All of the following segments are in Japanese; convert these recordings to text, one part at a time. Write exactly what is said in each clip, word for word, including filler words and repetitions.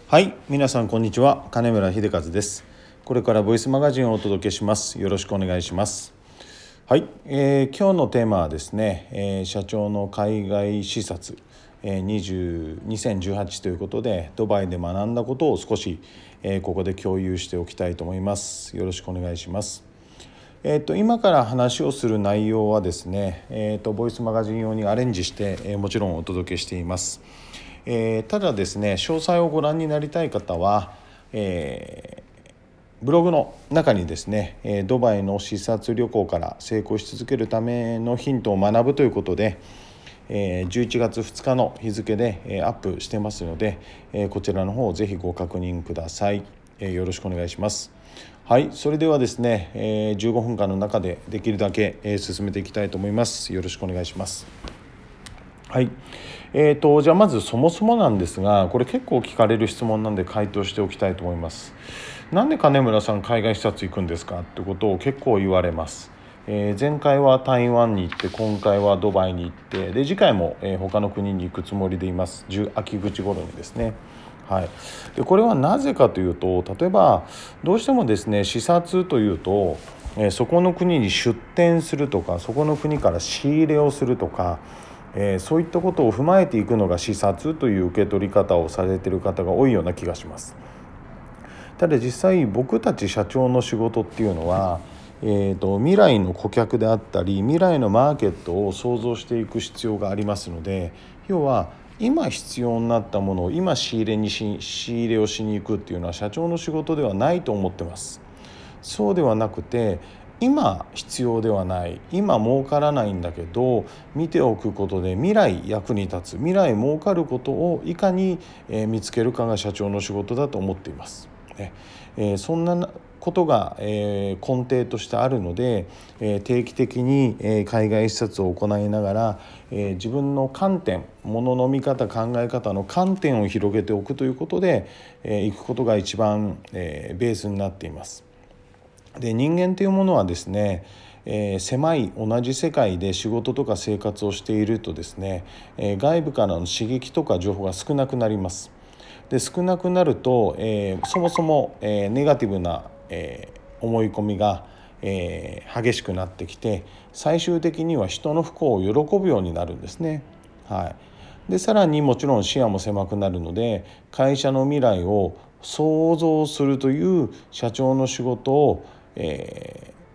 はい、皆さんこんにちは。金村秀和です。これからボイスマガジンをお届けします。よろしくお願いします。はい、えー今日のテーマはですね、えー社長の海外視察、えー、にじゅう にせんじゅうはちということでドバイで学んだことを少し、えーここで共有しておきたいと思います。よろしくお願いします。えー、と今から話をする内容はですね、えー、とボイスマガジン用にアレンジして、えーもちろんお届けしています。えーただですね、詳細をご覧になりたい方は、えーブログの中にですね、えードバイの視察旅行から成功し続けるためのヒントを学ぶということで、えーじゅういちがつふつかの日付で、えーアップしてますので、えーこちらの方をぜひご確認ください。えーよろしくお願いします。はい、それではですね、えーじゅうごふんかんの中でできるだけ、えー進めていきたいと思います。よろしくお願いします。はい、えーとじゃあまずそもそもなんですが、これ結構聞かれる質問なんで回答しておきたいと思います。なんで金村さん海外視察行くんですかってことを結構言われます。えー前回は台湾に行って、今回はドバイに行って、で次回も、えー他の国に行くつもりでいます。秋口頃にですね。はい、でこれはなぜかというと、例えばどうしてもですね、視察というと、えーそこの国に出店するとか、そこの国から仕入れをするとか、えーそういったことを踏まえていくのが視察という受け取り方をされている方が多いような気がします。ただ実際僕たち社長の仕事っていうのは、えーと、未来の顧客であったり未来のマーケットを創造していく必要がありますので、要は今必要になったものを今仕入れにし仕入れをしに行くっていうのは社長の仕事ではないと思ってます。そうではなくて、今必要ではない、今儲からないんだけど見ておくことで未来役に立つ、未来儲かることをいかに見つけるかが社長の仕事だと思っています。ねえーそんなことが、えー根底としてあるので、えー定期的に、えー海外視察を行いながら、えー自分の観点、ものの見方、考え方の観点を広げておくということで、えーいくことが一番、えーベースになっています。で人間というものはですね、えー狭い同じ世界で仕事とか生活をしているとですね、えー外部からの刺激とか情報が少なくなります。で少なくなると、えーそもそも、えーネガティブな、えー思い込みが、えー激しくなってきて、最終的には人の不幸を喜ぶようになるんですね。はい、でさらにもちろん視野も狭くなるので、会社の未来を想像するという社長の仕事を、えー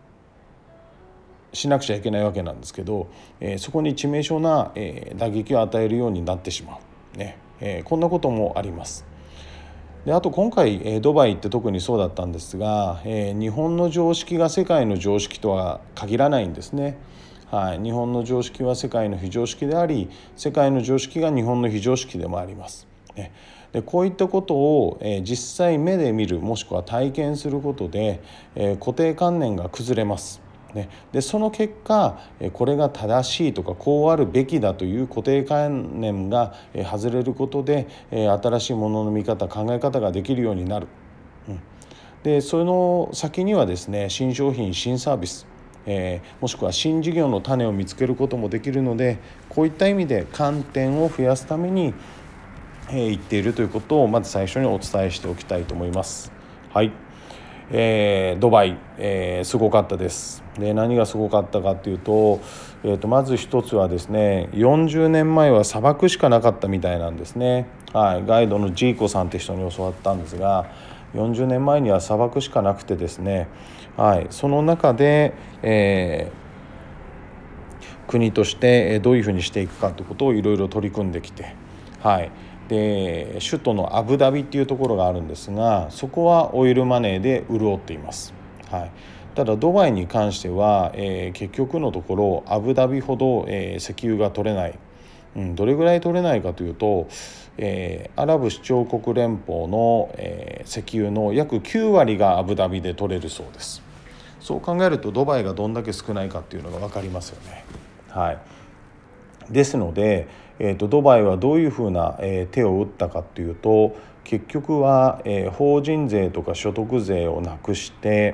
しなくちゃいけないわけなんですけど、えーそこに致命傷な、えー打撃を与えるようになってしまう、ねえーこんなこともあります。であと今回、えードバイって特にそうだったんですが、えー日本の常識が世界の常識とは限らないんですね。はい、日本の常識は世界の非常識であり、世界の常識が日本の非常識でもあります。ねでこういったことを、えー実際目で見る、もしくは体験することで、えー固定観念が崩れます。ね、でその結果これが正しいとかこうあるべきだという固定観念が外れることで、新しいものの見方、考え方ができるようになる。うん、でその先にはですね、新商品、新サービス、えー、もしくは新事業の種を見つけることもできるので、こういった意味で観点を増やすために、えー、言っているということをまず最初にお伝えしておきたいと思います。はい、えー、ドバイ、えー、すごかったです。で何がすごかったかというと、えー、とまず一つはですね、よんじゅうねんまえは砂漠しかなかったみたいなんですね。はい、ガイドのジーコさんって人に教わったんですが、よんじゅうねんまえには砂漠しかなくてですね、はい、その中で、えー国としてどういうふうにしていくかということをいろいろ取り組んできて、はい、で首都のアブダビっていうところがあるんですが、そこはオイルマネーで潤っています。はい、ただドバイに関しては、えー結局のところアブダビほど、えー石油が取れない。うん、どれぐらい取れないかというと、えーアラブ首長国連邦の、えー石油の約きゅうわりがアブダビで取れるそうです。そう考えるとドバイがどんだけ少ないかっていうのが分かりますよね。はい、ですので、えーと、ドバイはどういうふうな、えー手を打ったかというと、結局は、えー法人税とか所得税をなくして、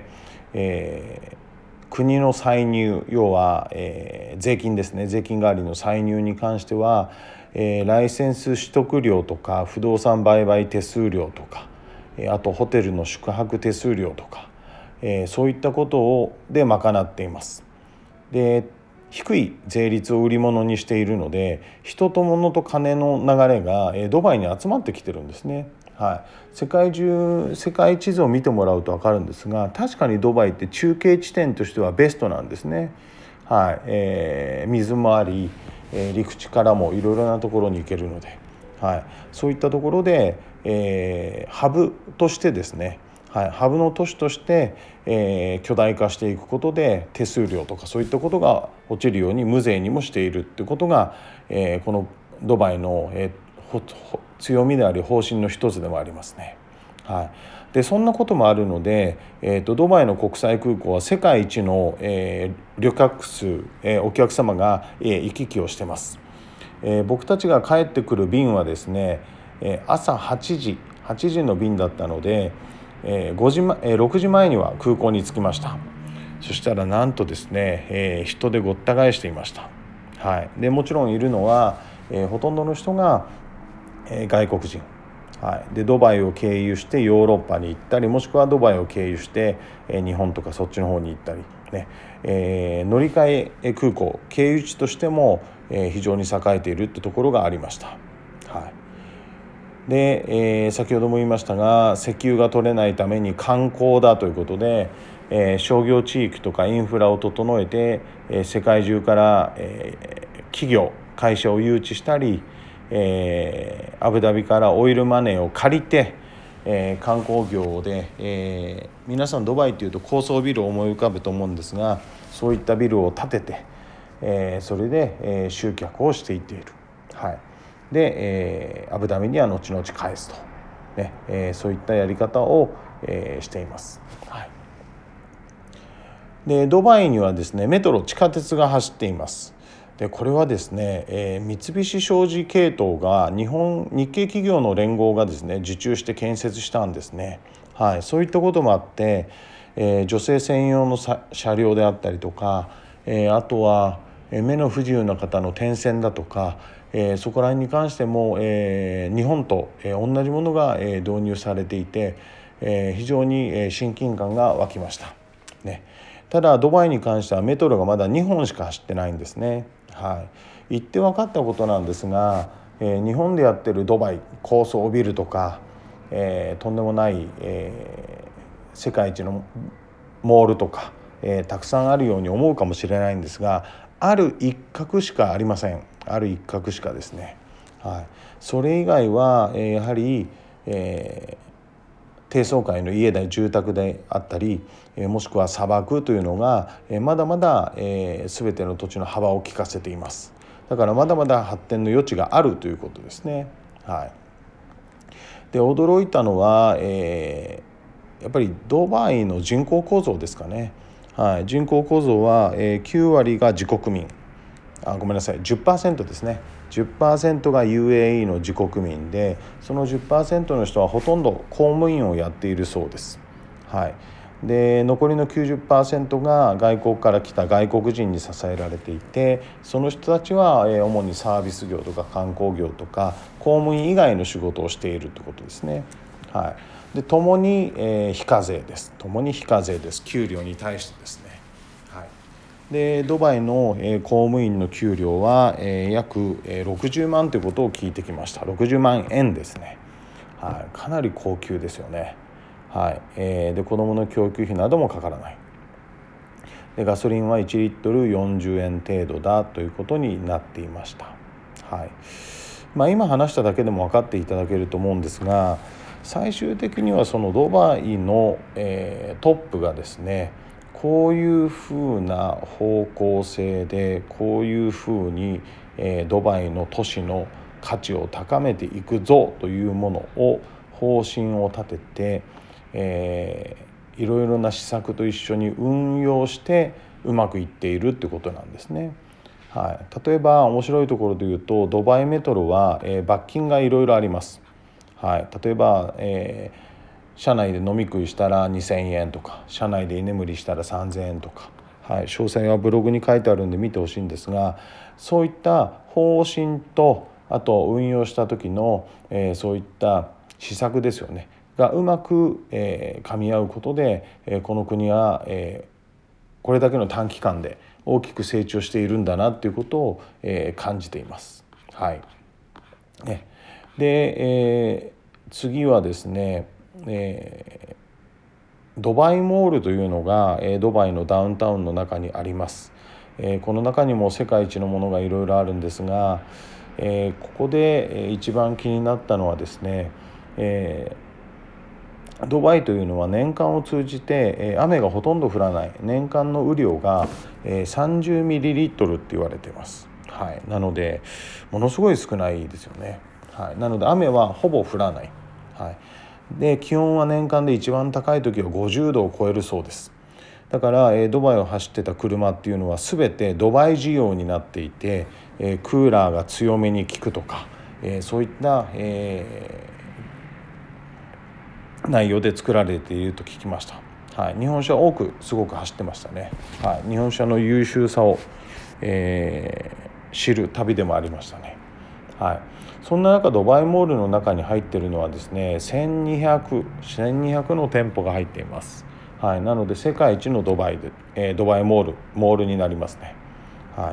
えー国の歳入、要は、えー税金ですね、税金代わりの歳入に関しては、 えー、ライセンス取得料とか不動産売買手数料とか、えー、あとホテルの宿泊手数料とか、えー、そういったことをで賄っています。で低い税率を売り物にしているので、人と物と金の流れがドバイに集まってきてるんですね。はい、世界中世界地図を見てもらうと分かるんですが、確かにドバイって中継地点としてはベストなんですね。はいえー、水もあり、えー、陸地からもいろいろなところに行けるので、はい、そういったところで、えー、ハブとしてですね、はい、ハブの都市として、えー、巨大化していくことで手数料とかそういったことが落ちるように無税にもしているっていうことが、えー、このドバイの、えー、強みであり方針の一つでもありますね。はい、でそんなこともあるので、えーと、ドバイの国際空港は世界一の、えー、旅客数、えー、お客様が、えー、行き来をしてます。えー、僕たちが帰ってくる便はですね、えー、朝はちじはちじの便だったので、えーごじまえー、ろくじまえには空港に着きました。そしたらなんとですね、えー、人でごった返していました。はい、でもちろんいるのは、えー、ほとんどの人が、えー、外国人、はい、でドバイを経由してヨーロッパに行ったり、もしくはドバイを経由して、えー、日本とかそっちの方に行ったり、ねえー、乗り換え空港経由地としても、えー、非常に栄えているってところがありました。はいで、えー、先ほども言いましたが、石油が取れないために観光だということで、えー、商業地域とかインフラを整えて、えー、世界中から、えー、企業会社を誘致したり、えー、アブダビからオイルマネーを借りて、えー、観光業で、えー、皆さんドバイというと高層ビルを思い浮かぶと思うんですが、そういったビルを建てて、えー、それで、えー、集客をしていっている。はいで、えー、アブダビには後々返すと、ねえー、そういったやり方を、えー、しています。はい、でドバイにはですねメトロ地下鉄が走っています。でこれはですね、えー、三菱商事系統が日本日系企業の連合がですね受注して建設したんですね。はい、そういったこともあって、えー、女性専用の車両であったりとか、えー、あとは目の不自由な方の点線だとか、えー、そこら辺に関しても、えー、日本と、えー、同じものが、えー、導入されていて、えー、非常に、えー、親近感が湧きました、ね、ただドバイに関してはメトロがまだにほんしか走ってないんですね。はい、行って分かったことなんですが、えー、日本でやってるドバイ高層ビルとか、えー、とんでもない、えー、世界一のモールとか、えー、たくさんあるように思うかもしれないんですが、ある一角しかありません。ある一角しかですね。はい、それ以外は、えー、やはり、えー、低層階の家で住宅であったり、えー、もしくは砂漠というのが、えー、まだまだ、えー、全ての土地の幅を利かせています。だからまだまだ発展の余地があるということですね。はい、で驚いたのは、えー、やっぱりドバイの人口構造ですかね。はい、人口構造は、えー、きゅうわりが自国民、あごめんなさい じゅっパーセント ですね。 じゅっパーセント が ユーエーイー の自国民で、その じゅっパーセント の人はほとんど公務員をやっているそうです。はい、で残りの きゅうじゅっパーセント が外国から来た外国人に支えられていて、その人たちは主にサービス業とか観光業とか公務員以外の仕事をしているということですね。はい、で共に、えー、非課税です。共に非課税です。給料に対してですね。はい、でドバイの、えー、公務員の給料は、えー、約、えー、ろくじゅうまんということを聞いてきました。ろくじゅうまんえんですね。はい、かなり高級ですよね。はいえー、で子どもの教育費などもかからない。でガソリンはいちリットルよんじゅうえん程度だということになっていました。はいまあ、今話しただけでも分かっていただけると思うんですが、最終的にはそのドバイの、えー、トップがですね、こういうふうな方向性でこういうふうに、えー、ドバイの都市の価値を高めていくぞというものを方針を立てて、えー、いろいろな施策と一緒に運用してうまくいっているってことなんですね。はい、例えば面白いところで言うと、ドバイメトロは、えー、罰金がいろいろあります。はい、例えば、えー、車内で飲み食いしたらにせんえんとか、車内で居眠りしたらさんぜんえんとか、はい、詳細はブログに書いてあるんで見てほしいんですが、そういった方針と、 あと運用した時の、えー、そういった施策ですよねがうまく、えー、噛み合うことで、えー、この国は、えー、これだけの短期間で大きく成長しているんだなということを、えー、感じています。はいね、で、えー、次はですね、えードバイモールというのがドバイのダウンタウンの中にあります。この中にも世界一のものがいろいろあるんですが、ここで一番気になったのはですね、ドバイというのは年間を通じて雨がほとんど降らない、年間の雨量がさんじゅうミリリットルって言われています。はい、なのでものすごい少ないですよね。はい、なので雨はほぼ降らない。はいで気温は年間で一番高い時はごじゅうどを超えるそうです。だから、えー、ドバイを走ってた車っていうのは全てドバイ仕様になっていて、えー、クーラーが強めに効くとか、えー、そういった、えー、内容で作られていると聞きました。はい、日本車多くすごく走ってましたね。はい、日本車の優秀さを、えー、知る旅でもありましたね。はい、そんな中ドバイモールの中に入っているのはですねせんにひゃくの店舗が入っています。はい、なので世界一のドバイで、えー、ドバイモールモールになりますね。はい、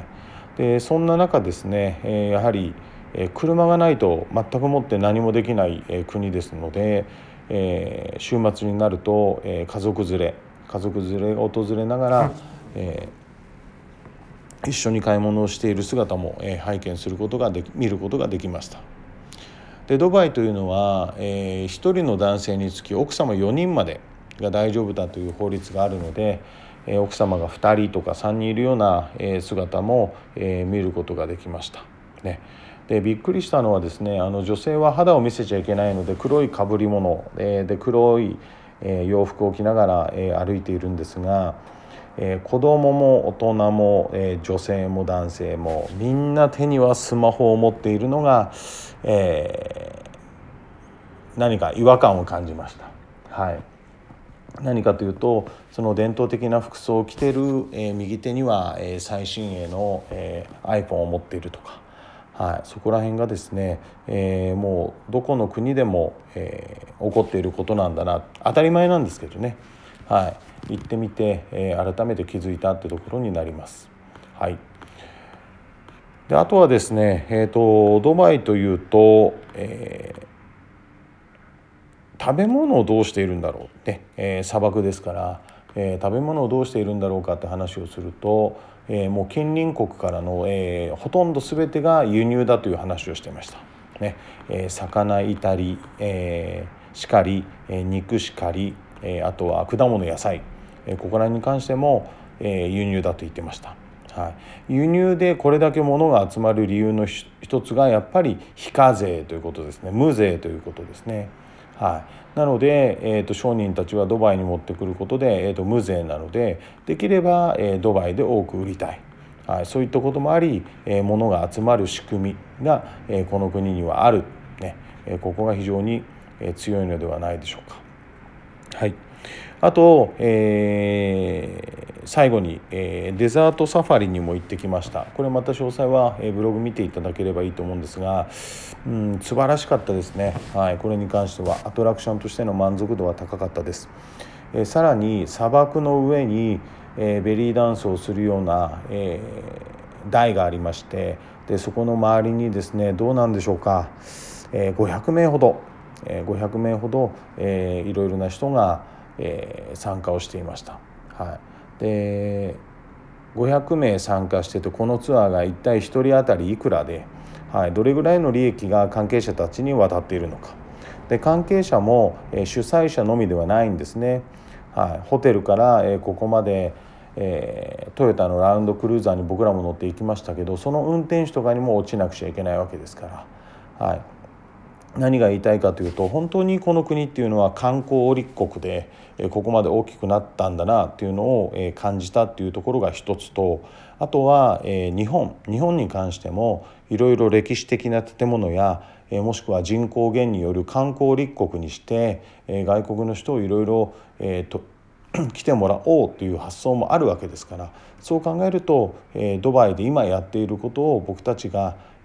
でそんな中ですね、えー、やはり、えー、車がないと全くもって何もできない、えー、国ですので、えー、週末になると、えー、家族連れ家族連れが訪れながら、えー一緒に買い物をしている姿も、えー、拝見することができ見ることができました。でドバイというのは、えー、ひとりの男性につき奥様よにんまでが大丈夫だという法律があるので、えー、奥様がふたりとかさんにんいるような、えー、姿も、えー、見ることができました。ね、でびっくりしたのはですねあの女性は肌を見せちゃいけないので黒いかぶり物、えー、で黒い、えー、洋服を着ながら、えー、歩いているんですが、えー、子供も大人も、えー、女性も男性もみんな手にはスマホを持っているのが、えー、何か違和感を感じました。はい、何かというとその伝統的な服装を着ている、えー、右手には、えー、最新鋭の、えー、iPhone を持っているとか、はい、そこら辺がですね、えー、もうどこの国でも、えー、起こっていることなんだな、当たり前なんですけどね、はい、行ってみて、えー、改めて気づいたってところになります。はい、であとはですね、えーと、ドバイというと、えー食べ物をどうしているんだろうって、えー、砂漠ですから、えー、食べ物をどうしているんだろうかって話をすると、えー、もう近隣国からの、えー、ほとんど全てが輸入だという話をしていました。ねえー、魚いたり、えー、しかり、えー、肉しかり、えー、あとは果物野菜、えー、ここら辺に関しても、えー、輸入だと言ってました。はい、輸入でこれだけ物が集まる理由の一つがやっぱり非課税ということですね。無税ということですね。はい、なので、えー、と商人たちはドバイに持ってくることで、えー、と無税なのでできれば、えー、ドバイで多く売りたい、はい、そういったこともあり、えー、物が集まる仕組みが、えー、この国にはある、ねえー、ここが非常に強いのではないでしょうか。はい、あと、えー、最後に、えー、デザートサファリにも行ってきました。これまた詳細は、えー、ブログ見ていただければいいと思うんですが、うん、素晴らしかったですね。はい、これに関してはアトラクションとしての満足度は高かったです。えー、さらに砂漠の上に、えー、ベリーダンスをするような、えー、台がありまして、でそこの周りにですねどうなんでしょうか、えー、ごひゃくめいほどごひゃくめいほど、えー、いろいろな人が、えー、参加をしていました。はい、でごひゃくめい参加しててこのツアーが一体ひとり当たりいくらで、はい、どれぐらいの利益が関係者たちに渡っているのか。で関係者も、えー、主催者のみではないんですね。はい、ホテルから、えー、ここまで、えー、トヨタのラウンドクルーザーに僕らも乗って行きましたけど、その運転手とかにも落ちなくちゃいけないわけですから。はい、何が言いたいかというと本当にこの国っていうのは観光立国でここまで大きくなったんだなっていうのを感じたっていうところが一つと、あとは日本日本に関してもいろいろ歴史的な建物やもしくは人口減による観光立国にして外国の人をいろいろ来てもらおうという発想もあるわけですから、そう考えるとドバイで今やっていることを僕たちが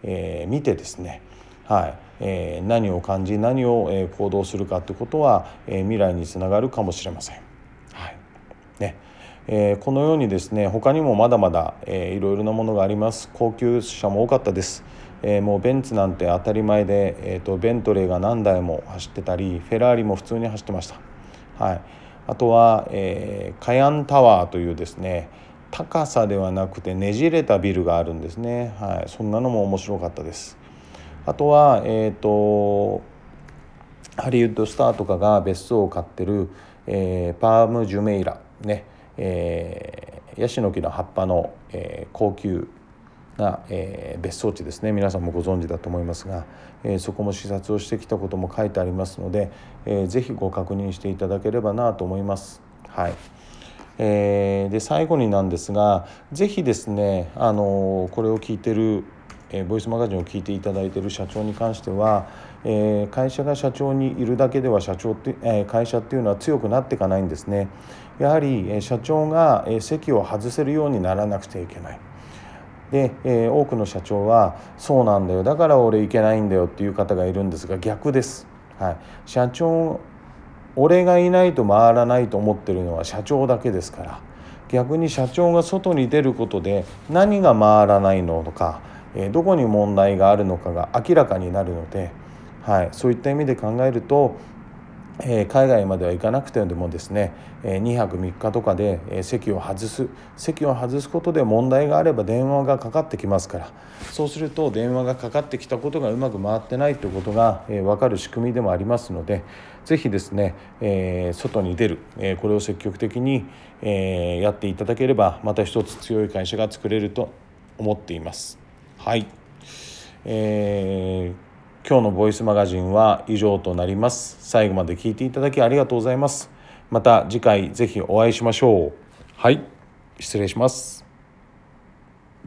えー、見てですね、はいえー、何を感じ何を、えー、行動するかということは、えー、未来につながるかもしれません。はいねえー、このようにですね他にもまだまだ、えー、いろいろなものがあります。高級車も多かったです。えー、もうベンツなんて当たり前で、えー、とベントレーが何台も走ってたりフェラーリも普通に走ってました。はい、あとは、えー、カヤンタワーというですね高さではなくてねじれたビルがあるんですね。はい、そんなのも面白かったです。あとは、えー、とハリウッドスターとかが別荘を買ってる、えー、パーム・ジュメイラね、えー、ヤシの木の葉っぱの、えー、高級な、えー、別荘地ですね。皆さんもご存知だと思いますが、えー、そこも視察をしてきたことも書いてありますので、えー、ぜひご確認していただければなと思います。はいえー、で最後になんですが、ぜひですね、あのこれを聞いてる、えー、ボイスマガジンを聞いていただいている社長に関しては、えー、会社が社長にいるだけでは社長って、えー、会社っていうのは強くなっていかないんですね。やはり、えー、社長が、えー、席を外せるようにならなくてはいけない。で、えー、多くの社長はそうなんだよだから俺行けないんだよっていう方がいるんですが、逆です。はい、社長俺がいないと回らないと思ってるのは社長だけですから、逆に社長が外に出ることで何が回らないのとか、えー、どこに問題があるのかが明らかになるので、はい、そういった意味で考えると、えー、海外までは行かなくてもですね、えー、にはくみっかとかで、えー、席を外す席を外すことで問題があれば電話がかかってきますから、そうすると電話がかかってきたことがうまく回ってないということが、えー、分かる仕組みでもありますので、ぜひですね、えー、外に出る、えー、これを積極的に、えー、やっていただければまた一つ強い会社が作れると思っています。はい、えー今日のボイスマガジンは以上となります。最後まで聞いていただきありがとうございます。また次回ぜひお会いしましょう。はい、失礼します。